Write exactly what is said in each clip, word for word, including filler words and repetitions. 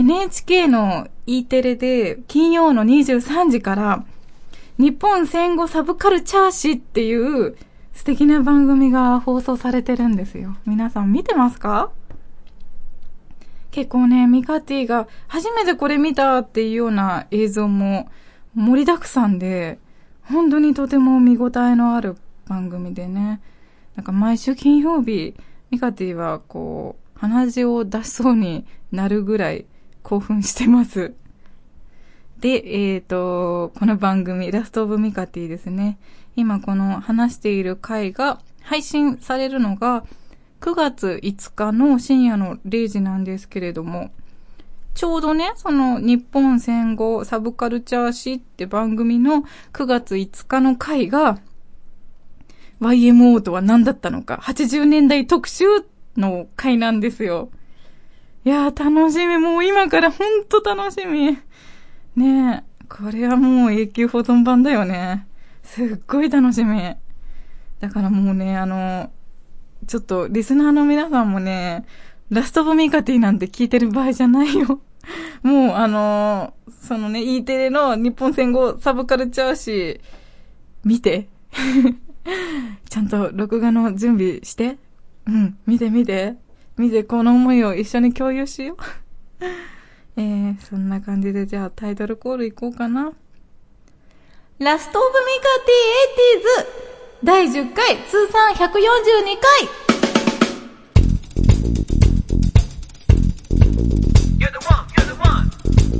エヌエイチケー の E テレで金曜のにじゅうさんじから日本戦後サブカルチャー誌っていう素敵な番組が放送されてるんですよ。皆さん見てますか？結構ね、ミカティが初めてこれ見たっていうような映像も盛りだくさんで、本当にとても見応えのある番組でね、なんか毎週金曜日、ミカティはこう、鼻血を出しそうになるぐらい興奮してます。で、えっと、この番組、ラストオブミカティですね。今この話している回が配信されるのがくがついつかの深夜のれいじなんですけれども、ちょうどね、その日本戦後サブカルチャー誌って番組のくがついつかの回が ワイエムオー とは何だったのか、はちじゅうねんだい特集の回なんですよ。いやー楽しみ、もう今からほんと楽しみ。ねえ、これはもう永久保存版だよね。すっごい楽しみ。だからもうね、あの、ちょっとリスナーの皆さんもね、ラストオブミカティなんて聞いてる場合じゃないよ。もうあのー、そのね、E テレの日本戦後サブカルチャー誌見て。ちゃんと録画の準備して。うん、見て見て。見て、この思いを一緒に共有しよう。えー、そんな感じでじゃあタイトルコールいこうかな。ラストオブミカティエイティーズだいじゅっかい通算ひゃくよんじゅうにかい。You're the one, you're the one.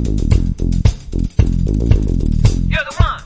You're the one.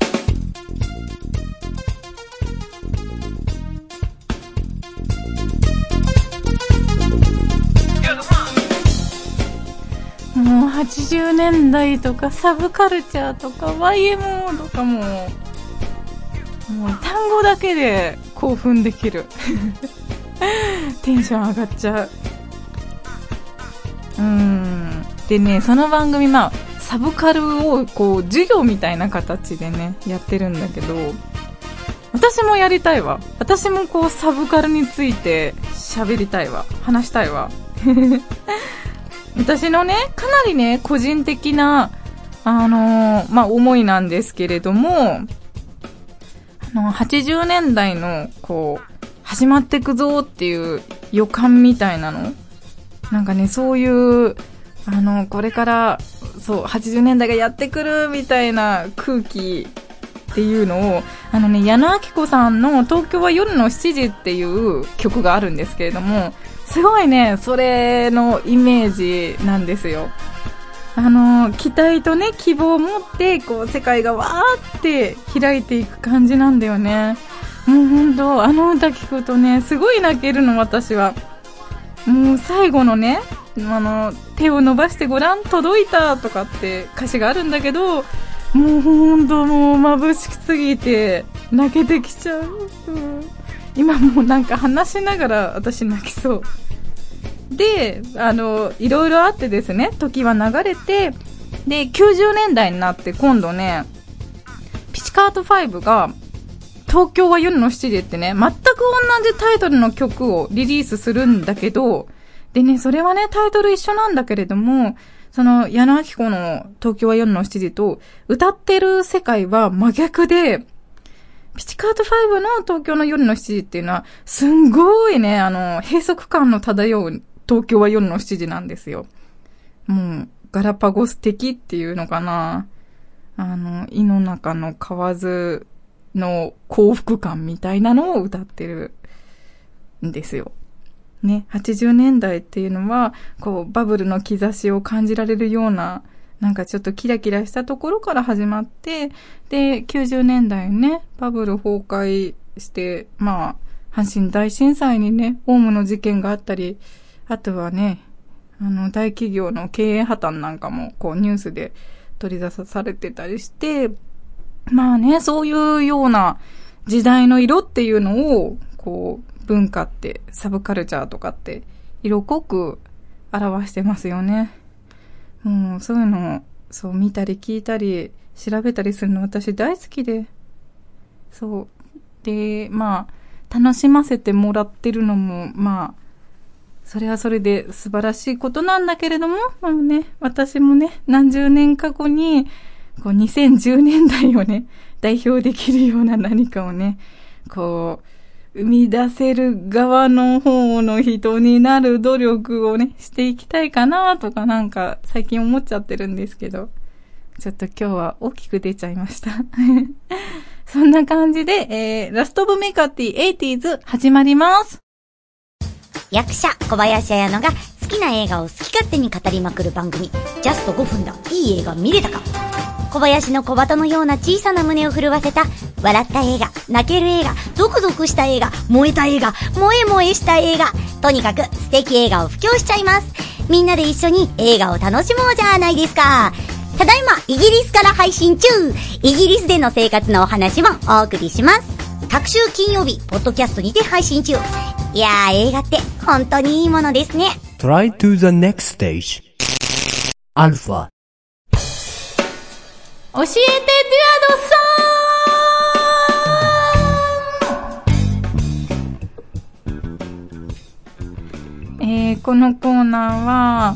もうはちじゅうねんだいとかサブカルチャーとか ワイエムオー とかももう単語だけで興奮できる。テンション上がっちゃう。うーん。でね、その番組、まあ、サブカルをこう、授業みたいな形でね、やってるんだけど、私もやりたいわ。私もこう、サブカルについて喋りたいわ。話したいわ。私のね、かなりね、個人的な、あのー、まあ、思いなんですけれども、のはちじゅうねんだいのこう始まってくぞっていう予感みたいなの、なんかね、そういうあのこれからそうはちじゅうねんだいがやってくるみたいな空気っていうのを、あのね、矢野顕子さんの東京は夜のしちじっていう曲があるんですけれども、すごいね、それのイメージなんですよ。あの期待とね、希望を持ってこう世界がわーって開いていく感じなんだよね。もうほんとあの歌聞くとね、すごい泣けるの。私はもう最後のね、あの手を伸ばしてごらん届いたとかって歌詞があるんだけど、もうほんともう眩しすぎて泣けてきちゃう、うん、今もうなんか話しながら私泣きそうで、あのいろいろあってですね、時は流れて、できゅうじゅうねんだいになって今度ね、ピチカートファイブが東京は夜のしちじってね、全く同じタイトルの曲をリリースするんだけど、でね、それはね、タイトル一緒なんだけれども、その矢野顕子の東京は夜のしちじと歌ってる世界は真逆で、ピチカートファイブの東京の夜のしちじっていうのはすんごいね、あの閉塞感の漂う東京は夜のしちじなんですよ。もうガラパゴス的っていうのかな、あの井の中の蛙の幸福感みたいなのを歌ってるんですよね。はちじゅうねんだいっていうのはこうバブルの兆しを感じられるような、なんかちょっとキラキラしたところから始まって、できゅうじゅうねんだいね、バブル崩壊して、まあ阪神大震災にね、オウムの事件があったり、あとはね、あの大企業の経営破綻なんかもこうニュースで取り出されてたりして、まあね、そういうような時代の色っていうのをこう文化ってサブカルチャーとかって色濃く表してますよね。もうそういうのをそう見たり聞いたり調べたりするの私大好きで、そうで、まあ楽しませてもらってるのもまあそれはそれで素晴らしいことなんだけれども、まあね、私もね、何十年か後に、こうにせんじゅうねんだいをね、代表できるような何かをね、こう、生み出せる側の方の人になる努力をね、していきたいかなとかなんか最近思っちゃってるんですけど、ちょっと今日は大きく出ちゃいました。そんな感じで、えー、ラストオブメカティエイティーズ始まります。 役者小林彩乃が好きな映画を好き勝手に語りまくる番組、ジャストごふんだいい映画見れたか。小林の小鳩のような小さな胸を震わせた笑った映画、泣ける映画、ゾクゾクした映画、燃えた映画、萌え萌えした映画、とにかく素敵映画を布教しちゃいます。みんなで一緒に映画を楽しもうじゃないですか。ただいまイギリスから配信中。イギリスでの生活のお話もお送りします。各週金曜日ポッドキャストにて配信中。いやー、映画って本当にいいものですね。 Try to the next stage アルファ。 教えてデュアドさん。えー、このコーナーは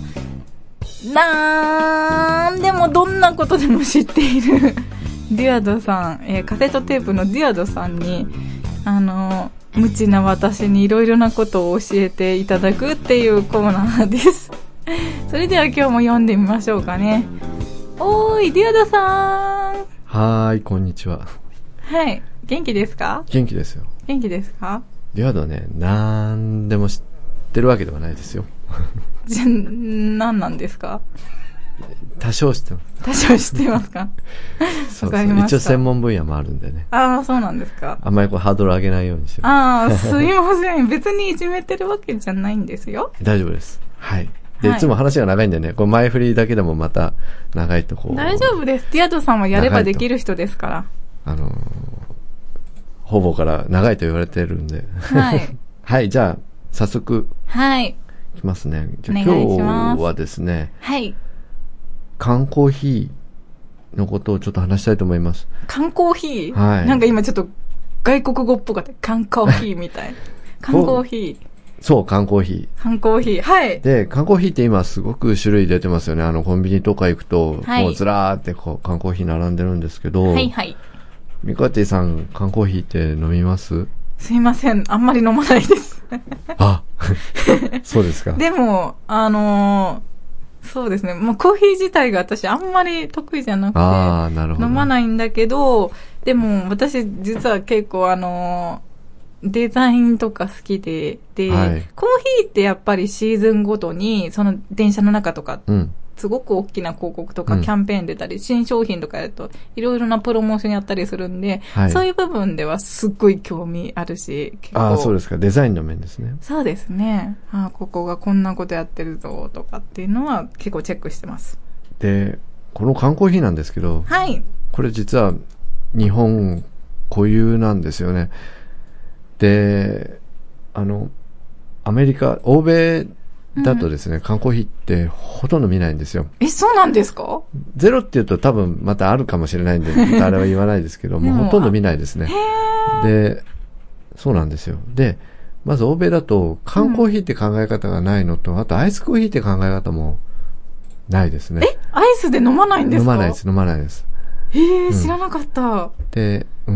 なんでもどんなことでも知っているデュアドさん、えー、カセットテープのデュアドさんにあの無知な私にいろいろなことを教えていただくっていうコーナーです。それでは今日も読んでみましょうかね。おーい、デュアドさん。 はーい、こんにちは。 はい、元気ですか？ 元気ですよ。 元気ですか？ デュアドね、なんでも知ってるわけではないですよ。 じゃ、何なんですか？ 多少知ってます。 多少知ってますか？ そうそう、 わかりました。 一応専門分野もあるんでね。 ああ、そうなんですか。 あんまりこうハードル上げないようにしてる。 ああ、すいません。別にいじめてるわけじゃないんですよ。 大丈夫です。はい。で、 はい、 いつも話が長いんでね、こう前振りだけでもまた長いとこう。 大丈夫です。ディアドさんはやればできる人ですから。 あのー、方々から長いと言われてるんで。 はい。 はい、じゃあ、早速。 はい。 いきますね。じゃあお願いします。 今日はですね。 はい。 缶コーヒーのことをちょっと話したいと思います。 缶コーヒー？ はい。 なんか今ちょっと外国語っぽかった。缶コーヒーみたいな。缶コーヒー。 そう、缶コーヒー。 缶コーヒー。はい。 で、缶コーヒーって今すごく種類出てますよね。あの、コンビニとか行くと、 はい、 もうずらーってこう、缶コーヒー並んでるんですけど。 はいはい。 ミカティさん、缶コーヒーって飲みます？ すいません。あんまり飲まないです。 あ、そうですか。 でも、あのー、そうですね。もうコーヒー自体が私あんまり得意じゃなくて、 あー、なるほど。 飲まないんだけど、でも私実は結構あのー、デザインとか好きで、で、はい、コーヒーってやっぱりシーズンごとに、その電車の中とか、うん、すごく大きな広告とかキャンペーン出たり、うん、新商品とかやると、いろいろなプロモーションやったりするんで、はい、そういう部分ではすっごい興味あるし、 結構。ああ、そうですか。デザインの面ですね。 そうですね。ああ、ここがこんなことやってるぞとかっていうのは結構チェックしてます。 で、この缶コーヒーなんですけど、 はい。 これ実は日本固有なんですよね。で、あの、アメリカ、欧米だとですね、うん、缶コーヒーってほとんど見ないんですよ。 え、そうなんですか？ ゼロって言うと多分またあるかもしれないんで、あれは言わないですけど、もうほとんど見ないですね。で、そうなんですよ。で、まず欧米だと缶コーヒーって考え方がないのと、うん、あとアイスコーヒーって考え方もないですね。 え、アイスで飲まないんですか？ 飲まないです、飲まないです。 へー、うん、知らなかった。で、 うん。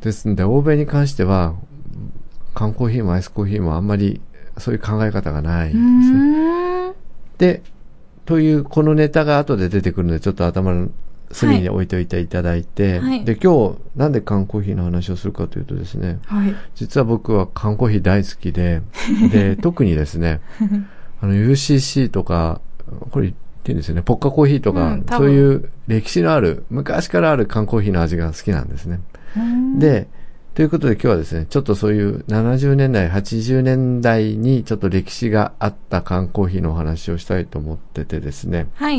ですんで、欧米に関しては、缶コーヒーもアイスコーヒーもあんまりそういう考え方がないんですね。で、というこのネタが後で出てくるのでちょっと頭の隅に置いておいていただいて、はい、で、今日なんで缶コーヒーの話をするかというとですね、はい、実は僕は缶コーヒー大好きで、で、特にですね、あの ユーシーシー とか、これ言っていいんですよね、ポッカコーヒーとか、うん、そういう歴史のある、昔からある缶コーヒーの味が好きなんですね。で、ということで今日はですね、ちょっとそういうななじゅうねんだい、はちじゅうねんだいにちょっと歴史があった缶コーヒーのお話をしたいと思っててですね。 はい。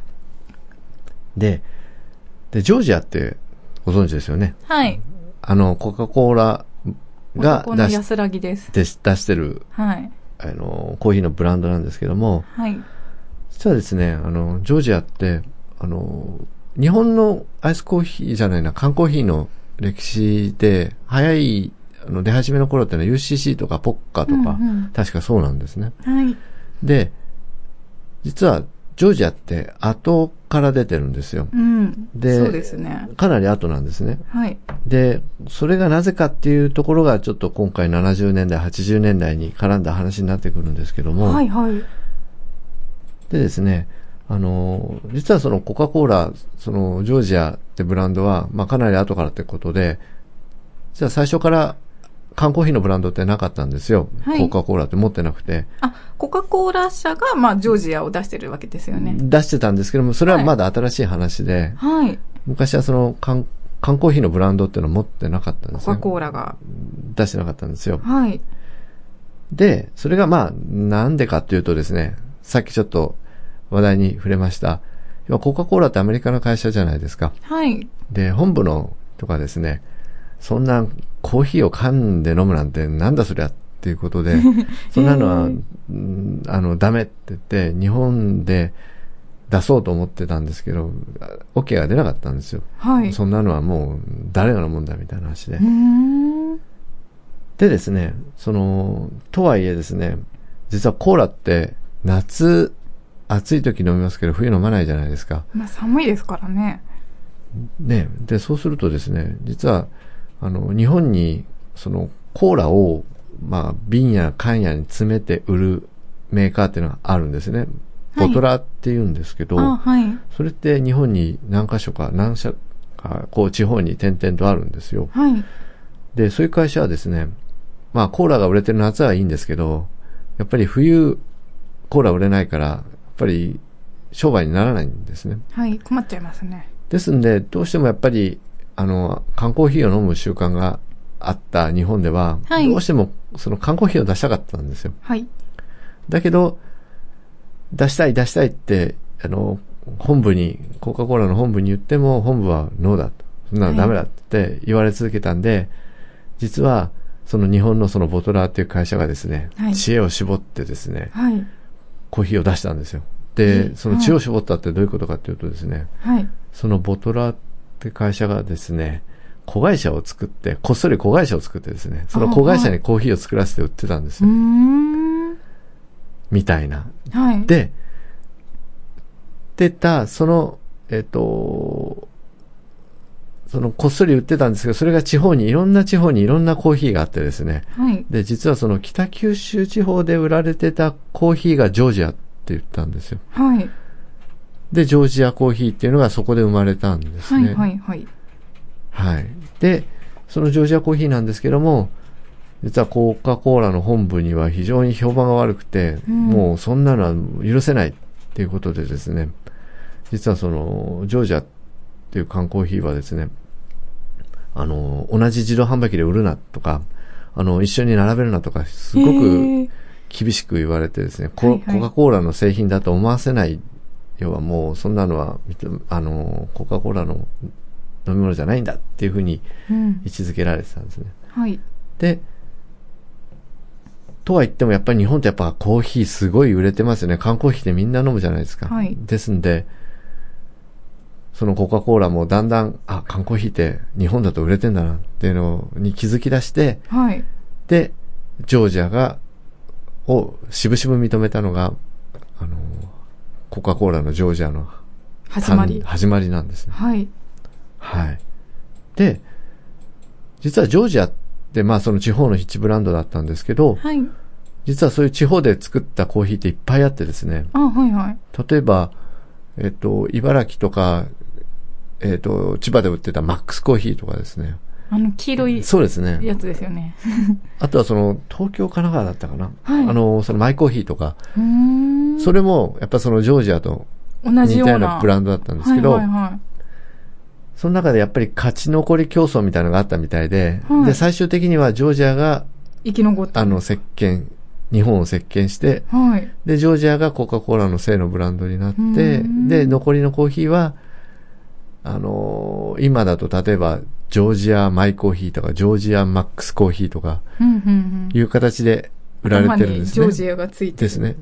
で、で、ジョージアってご存知ですよね。 はい。 あの、コカ・コーラがこの安らぎです。 出してる、 はい。 あの、コーヒーのブランドなんですけども、 はい。 実はですね、あの、ジョージアって、あの、日本のアイスコーヒーじゃないな、缶コーヒーの歴史で早いあの出始めの頃ってのは ユーシーシー とかポッカとか、 うんうん、 確かそうなんですね。 はい。 で、実はジョージアって後から出てるんですよ。 うん。 で、 そうですね。 かなり後なんですね。 はい。 で、それがなぜかっていうところがちょっと今回ななじゅうねんだい、はちじゅうねんだいに絡んだ話になってくるんですけども。 はいはい。 でですね、あの、実はそのコカ・コーラ、そのジョージアってブランドは、まあかなり後からってことで、実は最初から缶コーヒーのブランドってなかったんですよ。はい、コカ・コーラって持ってなくて。 あ、コカ・コーラ社が、まあ、ジョージアを出してるわけですよね。 出してたんですけども、それはまだ新しい話で、 はい。 昔はその缶、缶コーヒーのブランドっていうのを持ってなかったんですよ。 コカ・コーラが。 出してなかったんですよ。 はい。 で、それがまあ、なんでかっていうとですね、さっきちょっと話題に触れました。コカ・コーラってアメリカの会社じゃないですか。 はい。で、 本部のとかですね、そんなコーヒーを缶で飲むなんてなんだそりゃっていうことで、そんなのは、あの、ダメって言って、日本で出そうと思ってたんですけど、OK が出なかったんですよ。 はい。 そんなのはもう誰が飲むんだみたいな話で。 うーん。 でですね、その、とはいえですね、実はコーラって夏、暑い時飲みますけど冬飲まないじゃないですか。 まあ寒いですからね。 ね、で、そうするとですね、実は、あの、日本に、その、コーラを、まあ、瓶や缶やに詰めて売るメーカーっていうのがあるんですね。ボトラーって言うんですけど、 はい、あ、はい。 それって日本に何箇所か、何社か、こう、地方に点々とあるんですよ。 はい。 で、そういう会社はですね、まあ、コーラが売れてる夏はいいんですけど、やっぱり冬、コーラ売れないから、やっぱり、商売にならないんですね。 はい、困っちゃいますね。 ですんで、どうしてもやっぱり、あの、缶コーヒーを飲む習慣があった日本では、はい、どうしてもその缶コーヒーを出したかったんですよ。 はい。 だけど、出したい出したいって、あの、本部に、コカ・コーラの本部に言っても、本部はノーだと。そんなのダメだって言われ続けたんで、はい、実は、その日本のそのボトラーっていう会社がですね、はい、知恵を絞ってですね、はい、コーヒーを出したんですよ。で、その知恵を絞ったってどういうことかっていうとですね、はい、そのボトラーって会社がですね、子会社を作って、こっそり子会社を作ってですね、その子会社にコーヒーを作らせて売ってたんですよ。みたいな。 はい、 で、出た、その、えっと、そのこっそり売ってたんですけど、それが地方に、いろんな地方にいろんなコーヒーがあってですね。 はい、 で、実はその北九州地方で売られてたコーヒーがジョージアって言ったんですよ。 はい。 で、ジョージアコーヒーっていうのがそこで生まれたんですね。 はいはいはい。 はい。で、そのジョージアコーヒーなんですけども、実はコカ・コーラの本部には非常に評判が悪くて、うん、もうそんなのは許せないっていうことでですね、実はその、ジョージアっていう缶コーヒーはですね、あの、同じ自動販売機で売るなとか、あの、一緒に並べるなとか、すごく厳しく言われてですね、コカ・コーラの製品だと思わせない要はもうそんなのはあのコカ・コーラの飲み物じゃないんだっていうふうに位置づけられてたんですね。 うん、はい。 で、とは言ってもやっぱり日本ってやっぱコーヒーすごい売れてますよね。缶コーヒーってみんな飲むじゃないですか。 はい。 ですんで、そのコカ・コーラもだんだん、あ、缶コーヒーって日本だと売れてんだなっていうのに気づき出して、 はい。 で、ジョージアが、を渋々認めたのが、あの、コカ・コーラのジョージアの始まり。 始まりなんですね。 はい。 はい。で、実はジョージアってまあその地方の一ブランドだったんですけど、 はい。 実はそういう地方で作ったコーヒーっていっぱいあってですね。 あ、はいはい。 例えば、えっと、茨城とか、えっと、千葉で売ってたマックスコーヒーとかですね。 あの、黄色い。 そうですね。 やつですよね。 あとはその、東京、神奈川だったかな。 はい。 あの、そのマイコーヒーとか。 うーん。 それも、やっぱそのジョージアと同じような。 似たようなブランドだったんですけど、 はいはいはい。 その中でやっぱり勝ち残り競争みたいなのがあったみたいで、はい、で、最終的にはジョージアが、 生き残った。 あの、席巻、日本を席巻して、 はい。 で、ジョージアがコカ・コーラの正のブランドになって、で、残りのコーヒーは、あのー、今だと例えば、ジョージアマイコーヒーとか、ジョージアマックスコーヒーとか、いう形で売られてるんですね。 ジョージアがついてる。 ですね。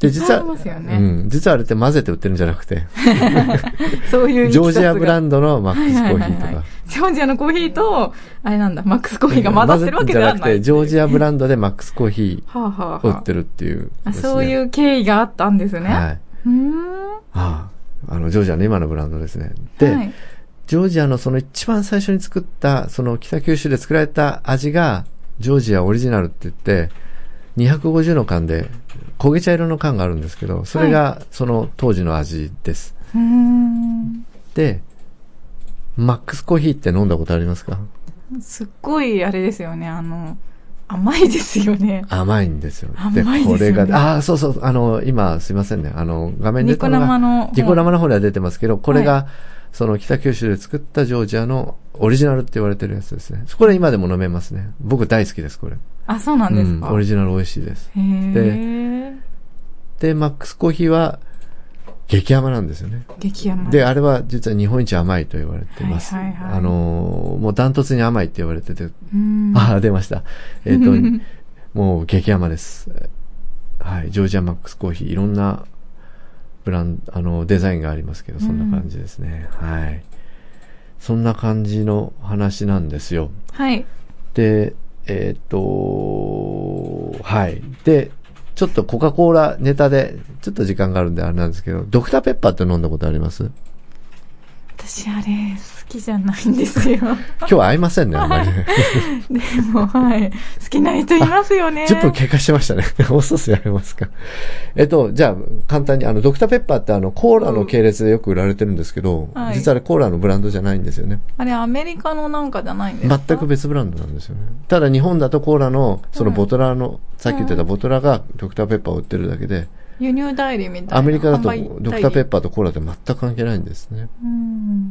で、実は、 ありますよね。 うん。実はあれって混ぜて売ってるんじゃなくて。 そういうジョージアブランドのマックスコーヒーとか。 はいはいはいはい、ジョージアのコーヒーと、あれなんだ、マックスコーヒーが混ざってるわけではない。 混ざってるんじゃなくて、ジョージアブランドでマックスコーヒーを売ってるっていう、 はあはあ。そういう経緯があったんですね。 はい。 うーん。 はあ、あの、ジョージアの今のブランドですね。で、はい、ジョージアのその一番最初に作った、その北九州で作られた味が、ジョージアオリジナルって言って、にひゃくごじゅうの缶で、焦げ茶色の缶があるんですけど、それがその当時の味です。 はい、うーんで、マックスコーヒーって飲んだことありますか？ すっごいあれですよね、あの、甘いですよね。 甘いんですよ。 甘いですよね。 で、これが、ああ、そうそう、あの、今、すいませんね、あの、画面で出たのが、 ニコ生の、 ニコ生の方では出てますけど、これが、はい、その北九州で作ったジョージアのオリジナルって言われてるやつですね。これ今でも飲めますね。僕大好きです、これ。 あ、そうなんですか。 うん、オリジナル美味しいです。 へー。 で、で、マックスコーヒーは、激甘なんですよね。 激甘。 で、あれは実は日本一甘いと言われてます。 はいはいはい、 あのー、もうダントツに甘いって言われてて。 うん、 ああ、出ました。えっと、もう激甘です。はい。ジョージアマックスコーヒー、いろんなブランド、あの、デザインがありますけど、そんな感じですね。うん、はい。そんな感じの話なんですよ。 はい。 で、えっと、はい。で、ちょっとコカ・コーラネタで、ちょっと時間があるんであれなんですけど、ドクターペッパーって飲んだことあります？ 私あれ好きじゃないんですよ。 今日は合いませんね、あんまりね。 でも、はい。好きな人いますよね。 じゅっぷん経過してましたね。おそすやめますか。えっと、じゃあ、簡単に、あの、ドクターペッパーってあの、コーラの系列でよく売られてるんですけど、うん、実はあれコーラのブランドじゃないんですよね。 あれアメリカのなんかじゃないんですか？ 全く別ブランドなんですよね。ただ日本だとコーラの、そのボトラーの、うん、さっき言ってたボトラーがドクターペッパーを売ってるだけで、 輸入代理みたいな。 アメリカだとドクターペッパーとコーラって全く関係ないんですね。 うん。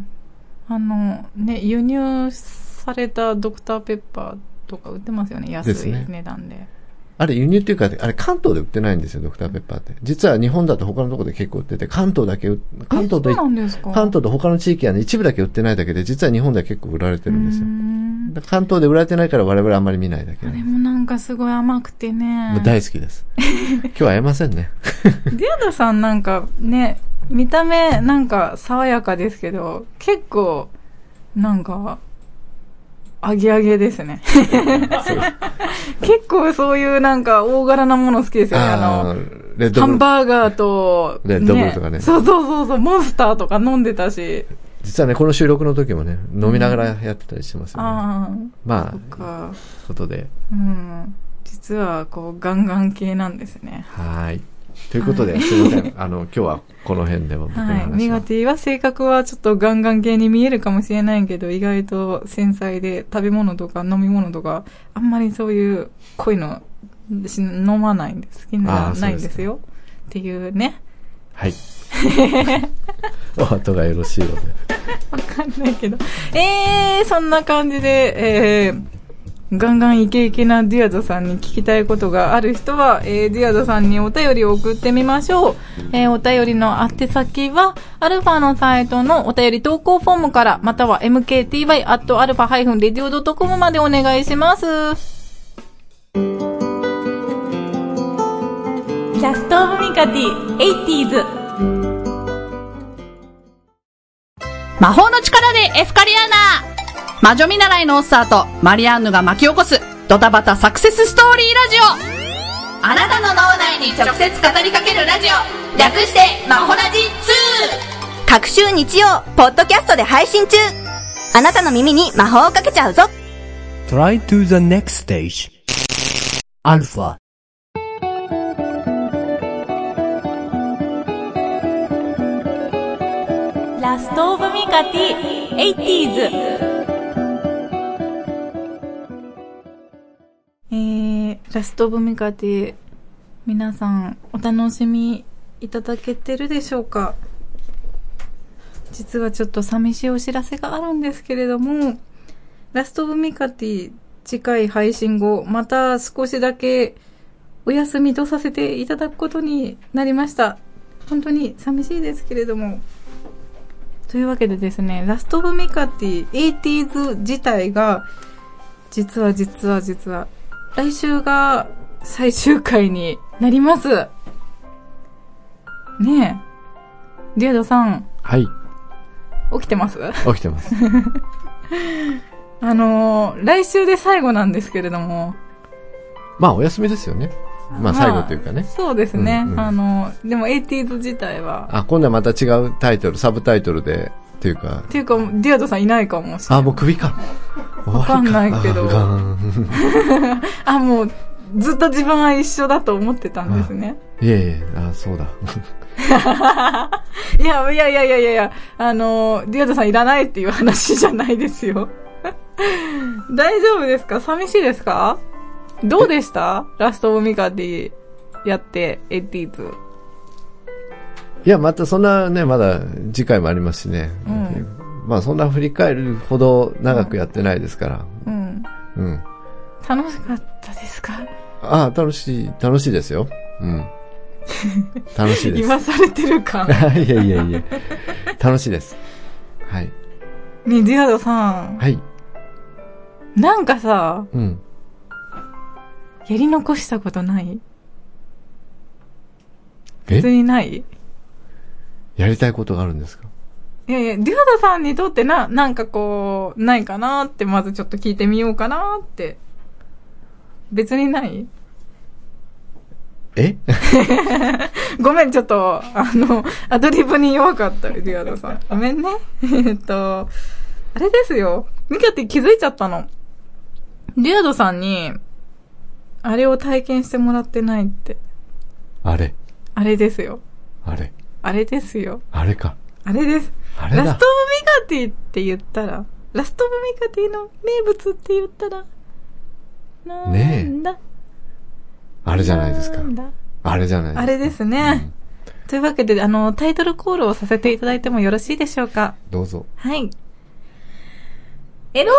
あの、ね、輸入されたドクターペッパーとか売ってますよね、安い値段で。でね、 あれ輸入っていうか、あれ関東で売ってないんですよ、ドクターペッパーって。実は日本だと他のところで結構売ってて、関東だけ、関東と、 そうなんですか？ 関東と他の地域はね、一部だけ売ってないだけで、実は日本では結構売られてるんですよ。関東で売られてないから我々あんまり見ないだけ。 あれもなんかすごい甘くてね。 もう大好きです。今日は会えませんね。 ディアダさんなんかね、見た目なんか爽やかですけど、結構、なんか、揚げ揚げですね。結構そういうなんか大柄なもの好きですよね。あ, あの、レッドブルハンバーガーと、 レッドブルとかね。 そうそうそうそう、モンスターとか飲んでたし。 実はね、この収録の時もね、飲みながらやってたりしてますよね。 うん、ああ。 まあ、ことで。 うん。実は、こう、ガンガン系なんですね。 はい。ということで、すいません。あの、今日はこの辺でも僕の話は。 はい。ミガティは性格はちょっとガンガン系に見えるかもしれないけど、意外と繊細で食べ物とか飲み物とか、あんまりそういう濃いの飲まないんです。好きじゃないんですよ。っていうね。 はい。お後がよろしいので。 わかんないけど。えー、そんな感じで、えー、ガンガンイケイケなディアザさんに聞きたいことがある人は、えー、ディアザさんにお便りを送ってみましょう。えー、お便りの宛先は、アルファのサイトのお便り投稿フォームから、または エムケーティーワイ アット アルファ レディオ ドットコム までお願いします。ラストオブミカティ、エイティーズ。 魔法の力でエフカリアーナ魔女見習いのオッサーとマリアンヌが巻き起こすドタバタサクセスストーリーラジオ。あなたの脳内に直接語りかけるラジオ、略してマホラジツー。 各週日曜ポッドキャストで配信中。あなたの耳に魔法をかけちゃうぞ。 Try to the next stage. アルファ。 ラストオブミカティ、エイティーズ。えー、ラストオブミカティ、皆さんお楽しみいただけてるでしょうか？実はちょっと寂しいお知らせがあるんですけれども、ラストオブミカティ次回配信後、また少しだけお休みとさせていただくことになりました。本当に寂しいですけれども。というわけでですね、ラストオブミカティ、エイティーズ自体が、実は実は実は、来週が最終回になります。 ねえ。ディアドさん。 はい。 起きてます？ 起きてます。 あのー、来週で最後なんですけれども。 まあ、お休みですよね。まあ、最後というかね。 まあ、そうですね。うんうん、あのー、でも、エイティーズ自体は。 あ、今度はまた違うタイトル、サブタイトルで、っていうか。 っていうか、ディアドさんいないかもしれない。 あ、もう首か。 わかんないけど。あ、もう、ずっと自分は一緒だと思ってたんですね。 いえいえ、あ、そうだ。 いや、いやいやいやいやいや、あの、ディアドさんいらないっていう話じゃないですよ。大丈夫ですか？寂しいですか？どうでした？ラストオブミカティやって、エイティーズ。 いや、またそんなね、まだ次回もありますしね。うん、まあそんな振り返るほど長くやってないですから。うん。うん。 楽しかったですか？ ああ、楽しい、楽しいですよ。うん。楽しいです。 言わされてるか。 いやいやいや。楽しいです。はい。 ねえ、ディアドさん。 はい。 なんかさ、 うん。 やり残したことない？別にない？ やりたいことがあるんですか？ いやいや、デュアドさんにとってな、なんかこう、ないかなって、まずちょっと聞いてみようかなって。別にない？ えごめん、ちょっと、あの、アドリブに弱かったよ、デュアドさん。ごめんね。えっと、あれですよ。ミカって気づいちゃったの。デュアドさんに、あれを体験してもらってないって。 あれあれですよ。 あれあれですよ。 あれか。 あれです。 あれだ。 ラストオブミカティって言ったら、ラストオブミカティの名物って言ったら、なんだ、ね、 あれじゃないですか。あれじゃないですか。 あれですね。うん、というわけで、あの、タイトルコールをさせていただいてもよろしいでしょうか。 どうぞ。 はい。エローディナ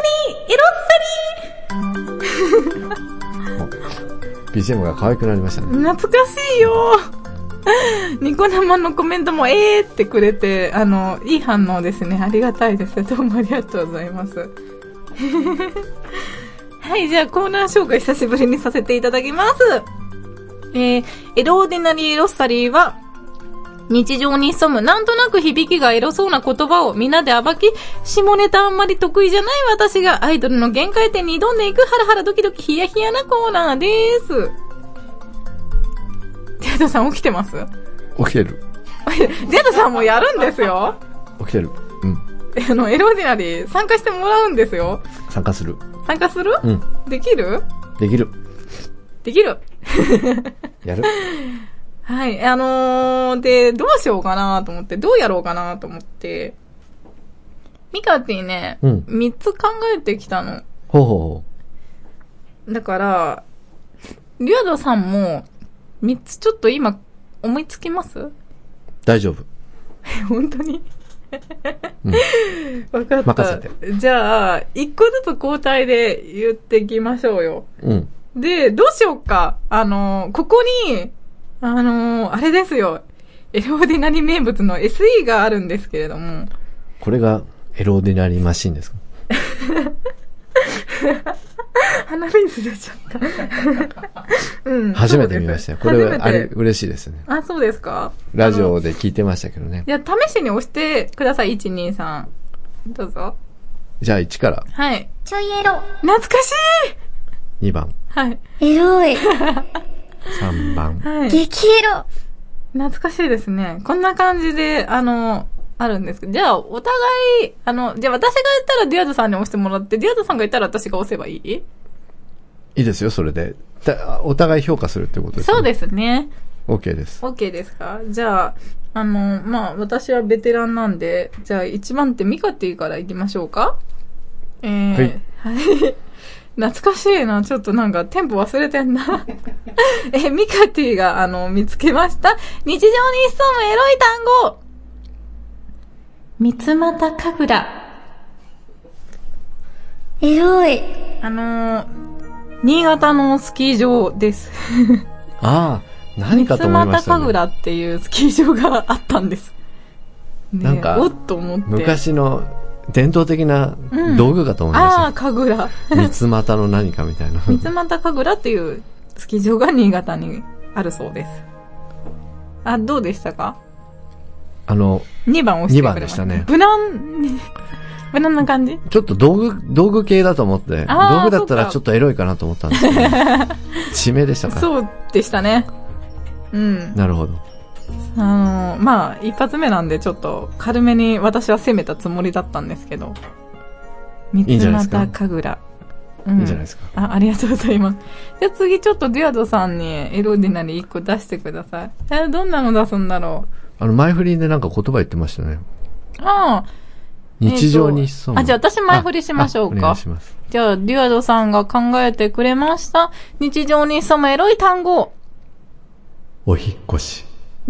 リーエロッサリービージーエム が可愛くなりましたね。 懐かしいよ。ニコ生のコメントもえーってくれて、あの、いい反応ですね。ありがたいです。どうもありがとうございます。はい、じゃあコーナー紹介久しぶりにさせていただきます。えー、エローディナリーエロッサリーは、日常に潜むなんとなく響きがエロそうな言葉をみんなで暴き、下ネタあんまり得意じゃない私がアイドルの限界点に挑んでいくハラハラドキドキヒヤヒヤなコーナーです。ディアドさん起きてます？ 起きてる。 ディアドさんもやるんですよ。 起きてる。うん。 あの、エローディナリー参加してもらうんですよ。 参加する。 参加する？ うん。 できる？ できる。 できる。 やる。 はい。あのー、で、どうしようかなと思って、どうやろうかなと思って、ミカティね、うん、みっつ考えてきたの。 ほうほうほう。だから、リュアドさんも、みっつちょっと今、思いつきます？ 大丈夫。 本当に？ うん、 分かった。 任せて。 じゃあ、いっこずつ交代で言っていきましょうよ。 うん。 で、どうしようか。あのー、ここに、あのー、あれですよ。エローディナリー名物の エスイー があるんですけれども。 これがエローディナリーマシンですか？ 鼻水出ちゃった。うん。 初めて見ましたよ。これは、あれ、嬉しいですね。 あ、そうですか？ ラジオで聞いてましたけどね。 じゃあ、試しに押してください。いち、に、さん。どうぞ。 じゃあ、いちから。 はい。 ちょいエロ。 懐かしい！ に 番。 はい。 エロい。 さんばん。 はい。 激エロ。 懐かしいですね。こんな感じで、あの、あるんですけど。じゃあ、お互い、あの、じゃあ私が言ったらディアドさんに押してもらって、ディアドさんが言ったら私が押せばいい？いいですよ、それで。お互い評価するってことですね。 そうですね。 OK です。 OK ですか？じゃあ、あの、まあ、私はベテランなんで、じゃあいちばん手ミカティから行きましょうか？えー、はい。はい。懐かしいな。ちょっとなんかテンポ忘れてんな。え、ミカティが、あの、見つけました。日常に潜むエロい単語。三つ股神楽。 エロい。 あのー、新潟のスキー場です。 ああ、何かと思いましたね。 三つ股神楽っていうスキー場があったんです。ね、 なんか、 おっと思って。 昔の伝統的な道具かと思いました。 うん、ああ、神楽。 三つ股の何かみたいな。 三つ股神楽っていうスキー場が新潟にあるそうです。 あ、どうでしたか？ あの、 にばん押してくれまにばんでしたね。 無難、無難な感じ？ ちょっと道具、道具系だと思って、 あー道具だったらちょっとエロいかなと思ったんですけど、地名でしたか？ そうでしたね。うん。 なるほど。 あの、まあ、一発目なんでちょっと軽めに私は攻めたつもりだったんですけど。三つ股神楽。うん、 いいんじゃないですか。 あ、ありがとうございます。じゃあ次ちょっとデュアドさんにエロディナリーいっこ出してください。え、どんなの出すんだろあの、前振りでなんか言葉言ってましたね。 う。ああ。 日常に潜む。 あ、じゃあ私前振りしましょうか。 お願いします。 じゃあ、デュアドさんが考えてくれました。日常に潜むエロい単語。 お引っ越し。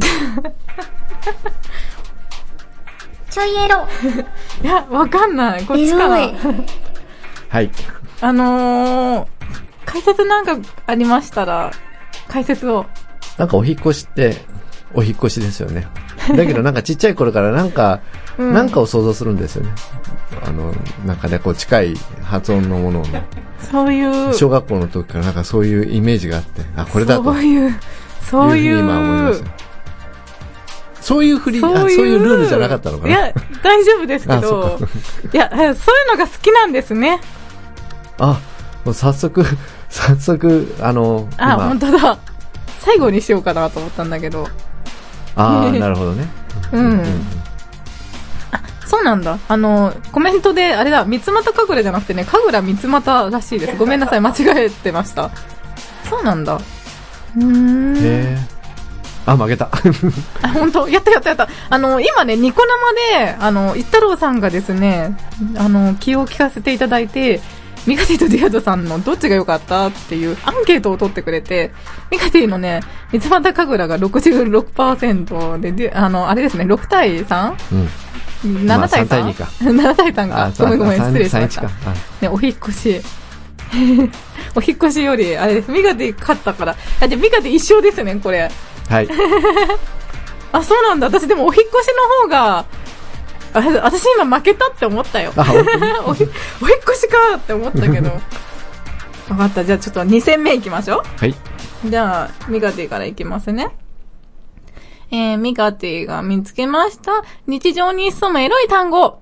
ちょいエロ。 いや、わかんない。こっちかな。 エロい。 はい。 あのー、解説なんかありましたら、解説を。 なんかお引っ越しって、お引っ越しですよね。だけどなんかちっちゃい頃からなんか、うん、なんかを想像するんですよね。あの、なんかね、こう近い発音のものをね。 そういう。 小学校の時からなんかそういうイメージがあって、あ、これだと。 そういう、そういう。いうふうに今思いました。 そういう振り、そういう、あ、そういうルールじゃなかったのかな。 いや、大丈夫ですけど、いや、そういうのが好きなんですね。 あ、もう早速、早速、あの、 あ、本当だ。最後にしようかなと思ったんだけど。 ああ、なるほどね。 うん。うん、あ、そうなんだ。あの、コメントで、あれだ、三つ股神楽じゃなくてね、神楽三つ股らしいです。ごめんなさい、間違えてました。そうなんだ。うーん。へー。 あ、負けた。 あ、本当、やったやったやった。あの、今ね、ニコ生で、あの、一太郎さんがですね、あの、気を利かせていただいて、ミカティとディアドさんのどっちが良かったっていうアンケートを取ってくれて、ミカティのね、三つ股神楽が ろくじゅうろくパーセント で、あの、あれですね、ろくたいさん？ うん。ななたいさん？まあ、さんたいにか。ななたいさんか。ごめんごめん、失礼しました。ね、お引っ越し。お引っ越しより、あれです、ミカティ勝ったから。あ、じゃミカティ一勝ですね、これ。 はい。 あ、そうなんだ。私でもお引っ越しの方が、あ、私今負けたって思ったよ。お, お引っ越しかって思ったけど。分かった。じゃあちょっとに戦目行きましょう。 はい。 じゃあ、ミカティから行きますね。えー、ミカティが見つけました。日常に潜むエロい単語。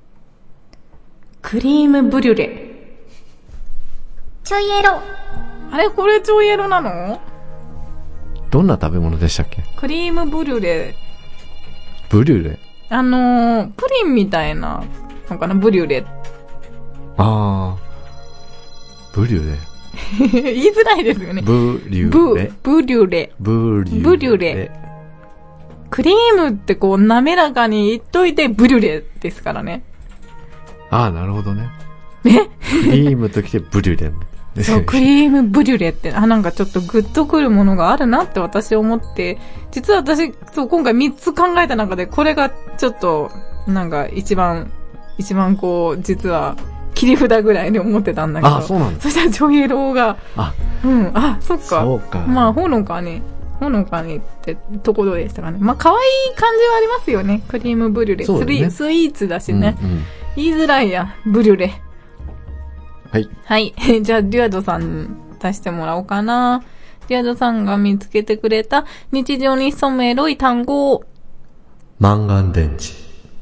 クリームブリュレ。 ちょいエロ。 あれこれちょいエロなの？ どんな食べ物でしたっけ？ クリームブリュレ。 ブリュレ？ あのー、プリンみたいな、のかな、ブリュレ。 ああ。ブリュレ。 言いづらいですよね。 ブリュレ。 ブ、ブリュレ。 ブリュレ。 ブリュレ。クリームってこう滑らかに言っといてブリュレですからね。 ああ、なるほどね。 え？ クリームときてブリュレ。 そう、クリームブリュレって、あ、なんかちょっとグッとくるものがあるなって私思って、実は私、そう、今回みっつ考えた中で、これがちょっと、なんか一番、一番こう、実は、切り札ぐらいに思ってたんだけど。 あ、そうなんだ。 そしたらジョイエローが、 あ、 うん、あ、そっか。 そうか。 まあ、ほのかに、ほのかにってところでしたかね。まあ、可愛い感じはありますよね。クリームブリュレ。 そうですね、 スイーツだしね。 うんうん、 言いづらいや、ブリュレ。 はい。 はい。じゃあ、デュアドさん出してもらおうかな。デュアドさんが見つけてくれた日常に潜むエロい単語。 マンガン電池。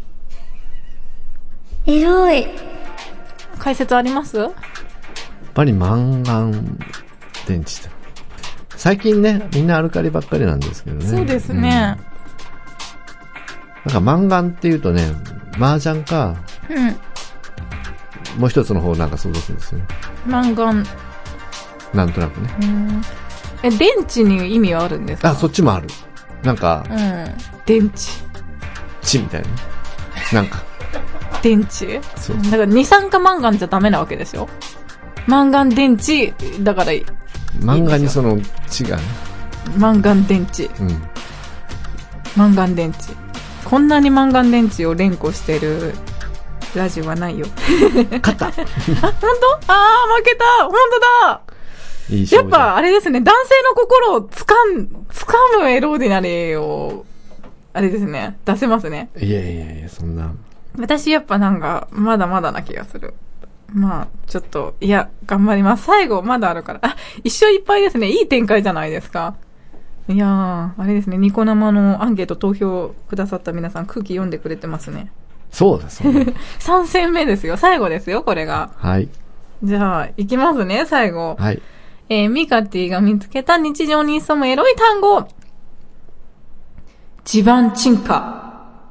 エロい。 解説あります？ やっぱりマンガン電池だ。最近ね、みんなアルカリばっかりなんですけどね。 そうですね。うん、 なんかマンガンっていうとね、麻雀か、 うん。 もう一つの方なんか想像するんですよね。 マンガン。 なんとなくね。 うん。え、電池に意味はあるんですか？ あ、そっちもある。なんか。 うん。電池。 地みたいな。なんか。 電池？ そう。 だから二酸化マンガンじゃダメなわけですよ。マンガン電池、だからいい。 漫画にその地がね。 マンガン電池。 うん。 マンガン電池。こんなにマンガン電池を連呼してるラジオはないよ。 勝った。あ、 本当？あー、負けた。本当だ。 いいやっぱあれですね、男性の心をつかん、つかむエロディナリーを、あれですね、出せますね。 いやいやいや、そんな。 私やっぱなんか、まだまだな気がする。まあ、ちょっと、いや、頑張ります。最後、まだあるから。あ、一生いっぱいですね。いい展開じゃないですか。 いやー、あれですね、ニコ生のアンケート投票くださった皆さん空気読んでくれてますね。 そうです。 さん戦目ですよ。最後ですよ、これが。 はい。 じゃあ、いきますね、最後。 はい。 えー、ミカティが見つけた日常に潜むエロい単語。地盤沈下。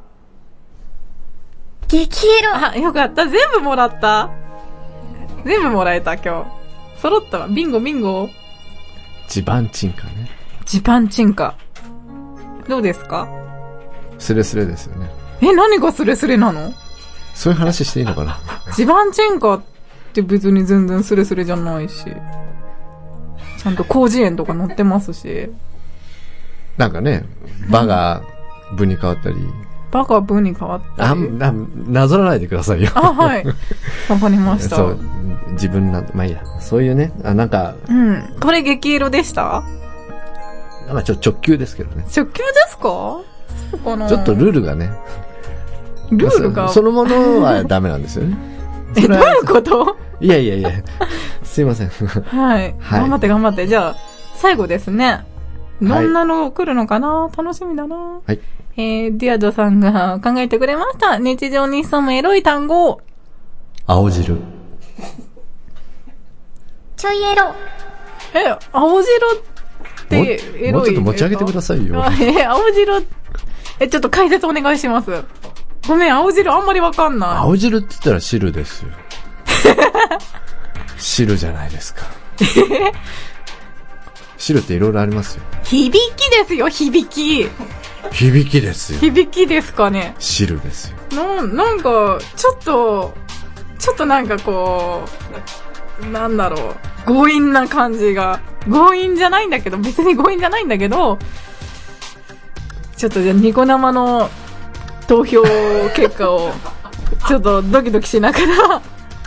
激エロ。 あ、よかった。全部もらった。全部もらえた、今日。揃ったわ。ビンゴ、ビンゴ。 地盤沈下ね。 地盤沈下。どうですか？ スレスレですよね。 え、何がスレスレなの？ そういう話していいのかな？ 地盤沈下って別に全然スレスレじゃないし。ちゃんと広辞苑とか載ってますし。なんかね、場が部に変わったり。 場が部に変わったり。 あ、な、なぞらないでくださいよ。 あ、はい。わかりました。 そう、自分なん、まあいいや。そういうね、あ、なんか。 うん。これ激エロでした？ まあちょ、直球ですけどね。 直球ですか？そうかな。 ちょっとルールがね。 ルールがそのものはダメなんですよね。 え、どういうこと？ いやいやいや。すいません。 はい。はい。頑張って頑張って。じゃあ、最後ですね。どんなの来るのかな、はい、楽しみだな。 はい。 えー、ディアドさんが考えてくれました。日常に潜むエロい単語。 青汁。 ちょいエロ。 え、青汁ってエロい。 もうちょっと持ち上げてくださいよ。 え、青汁、え、ちょっと解説お願いします。ごめん、青汁あんまりわかんない。 青汁って言ったら汁ですよ。汁じゃないですか。汁っていろいろありますよ。 響きですよ、響き。 響きですよ。 響きですかね。 汁ですよ。 な、なんか、ちょっと、ちょっとなんかこう、なんだろう、強引な感じが、強引じゃないんだけど、別に強引じゃないんだけど、ちょっとじゃあニコ生の投票結果を、ちょっとドキドキしながら、あれ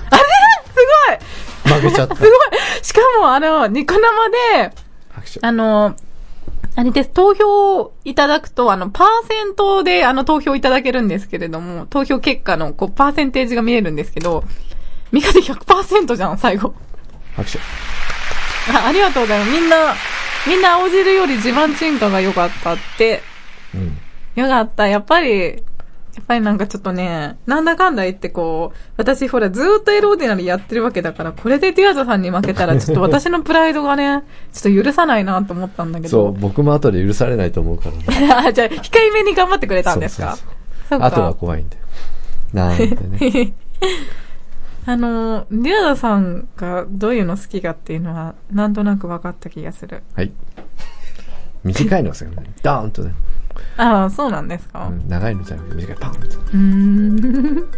すごい負けちゃった。 すごいしかもあの、ニコ生で、あの、あれです、投票いただくと、あの、パーセントで、あの、投票いただけるんですけれども、投票結果の、こう、パーセンテージが見えるんですけど、ミカで ひゃくパーセント じゃん、最後。 拍手。 あ、ありがとうございます。みんな、みんな青汁より地盤沈下が良かったって。 うん。 良かった。やっぱり、やっぱりなんかちょっとね、なんだかんだ言ってこう、私ほらずーっとエローディナリーやってるわけだから、これでディアザさんに負けたらちょっと私のプライドがね、ちょっと許さないなと思ったんだけど。 そう、僕も後で許されないと思うからね。 あ、じゃあ、控えめに頑張ってくれたんですか？そうそうそう。そうか。 後が怖いんで。なんてね。 あの、ディアザさんがどういうの好きかっていうのは、なんとなく分かった気がする。 はい。短いのですよね。ドーンとね。 ああ、そうなんですか、 うん、長いのじゃなくて短いパンって。うーん。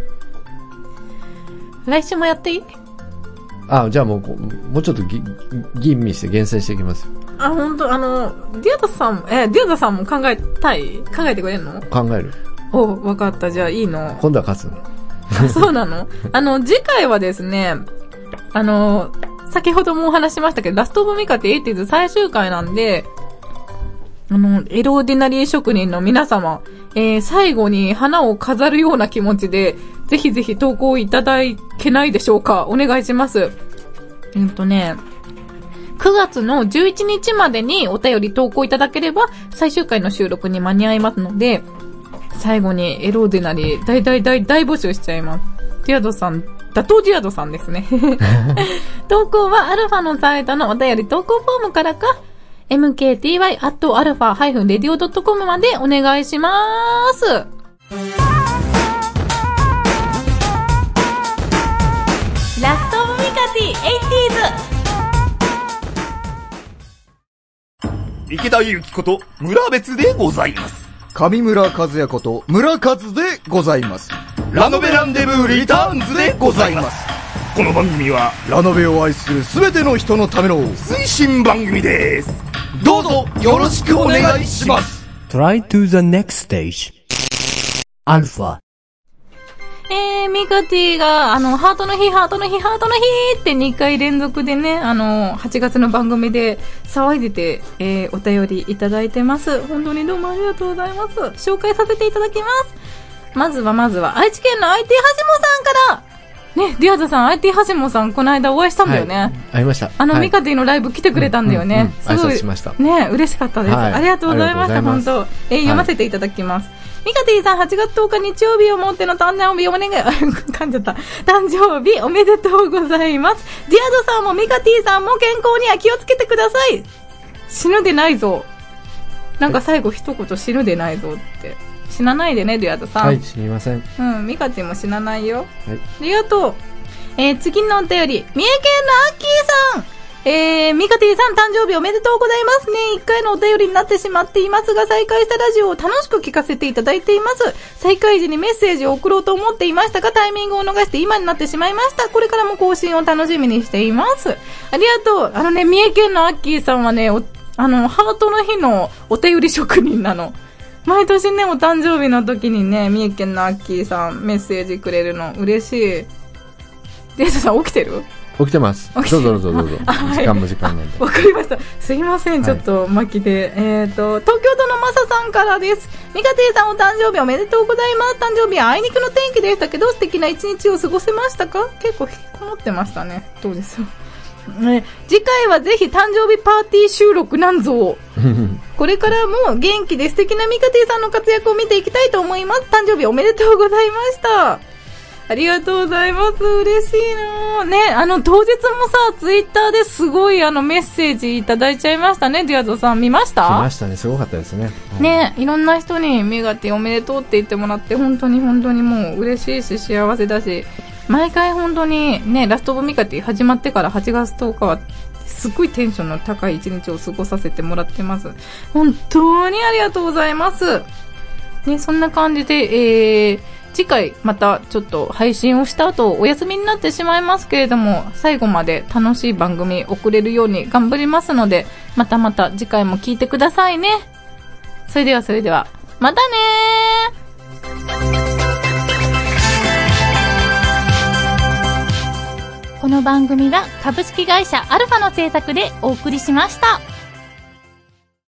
来週もやっていい？ あ、じゃあもう、もうちょっとぎ吟味して厳選していきますよ。 あ、本当あの、ディアダさん、え、ディアダさんも考えたい？考えてくれるの？ 考える。 お、わかった。じゃあいいの。 今度は勝つの。 あ、そうなの？あの、次回はですね、あの、先ほどもお話しましたけど、ラストオブミカティエイティーズ最終回なんで、あの、エローディナリー職人の皆様、えー、最後に花を飾るような気持ちで、ぜひぜひ投稿いただけないでしょうか。お願いします。えっとね、くがつのじゅういちにちまでにお便り投稿いただければ、最終回の収録に間に合いますので、最後にエローディナリー大大大大募集しちゃいます。ディアドさん、打倒ディアドさんですね。投稿はアルファのサイトのお便り投稿フォームからか、エムケーティーワイ アット アルファ レディオ ドットコム までお願いします。ラストオブミカティエイティーズ。池田ゆきこと村別でございます。 上村和也こと村和でございます。 ラノベランデブーリターンズでございます。この番組はラノベを愛するすべての人のための推進番組です。どうぞよろしくお願いします。 Try to the next stage. アルファ。 えー、ミカティが、あの、ハートの日、ハートの日、ハートの日ってにかい連続でね、あの、はちがつの番組で騒いでて、えー、お便りいただいてます。本当にどうもありがとうございます。紹介させていただきます。まずはまずは、愛知県の アイティー はじもさんから、 ね、ディアザさん、アイティー 橋本さん、この間お会いしたんだよね。はい、 会いました。 あの、 はい、 ミカティのライブ来てくれたんだよね。 うんうんうん、挨拶しました。 ね、嬉しかったです。はい、ありがとうございました、本当。えー、読ませていただきます。はい、ミカティさん、はちがつとおか日曜日をもっての誕生日お願い、噛んじゃった。誕生日おめでとうございます。ディアドさんもミカティさんも健康には気をつけてください。死ぬでないぞ。なんか最後一言死ぬでないぞって。死なないでね、ディアドさん。 はい、死にません。 うん、ミカティも死なないよ。 はい。 ありがとう。えー、次のお便り、三重県のアッキーさん。えー、ミカティさん誕生日おめでとうございますね。一回のお便りになってしまっていますが、再開したラジオを楽しく聞かせていただいています。再開時にメッセージを送ろうと思っていましたが、タイミングを逃して今になってしまいました。これからも更新を楽しみにしています。ありがとう。あのね、三重県のアッキーさんはね、おあの、ハートの日のお手売り職人なの。毎年ね、お誕生日の時にね、三重県のアッキーさんメッセージくれるの嬉しい。データさん起きてる？ 起きてます。どうぞどうぞどうぞ。時間も時間なんで。 わかりました。すいません、ちょっと巻きで。はい、えっと、東京都のマサさんからです。ミカティさんお誕生日おめでとうございます。誕生日はあいにくの天気でしたけど、素敵な一日を過ごせましたか？結構引きこもってましたね。どうです？ね、次回はぜひ誕生日パーティー収録なんぞ。これからも元気で素敵なミカティさんの活躍を見ていきたいと思います。誕生日おめでとうございました。ありがとうございます。嬉しいなね、あの、当日もさ、ツイッターですごいあの、メッセージいただいちゃいましたね、ディアゾさん。見ました？ 見ましたね。すごかったですね。 ね、いろんな人にミカティおめでとうって言ってもらって、本当に本当にもう嬉しいし、幸せだし、毎回本当にね、ラストオブミカティ始まってからはちがつとおかは、すっごいテンションの高い一日を過ごさせてもらってます。本当にありがとうございます。ね、そんな感じで、えー、次回またちょっと配信をした後お休みになってしまいますけれども、最後まで楽しい番組送れるように頑張りますので、またまた次回も聞いてくださいね。それではそれでは、またねー。この番組は株式会社アルファの制作でお送りしました。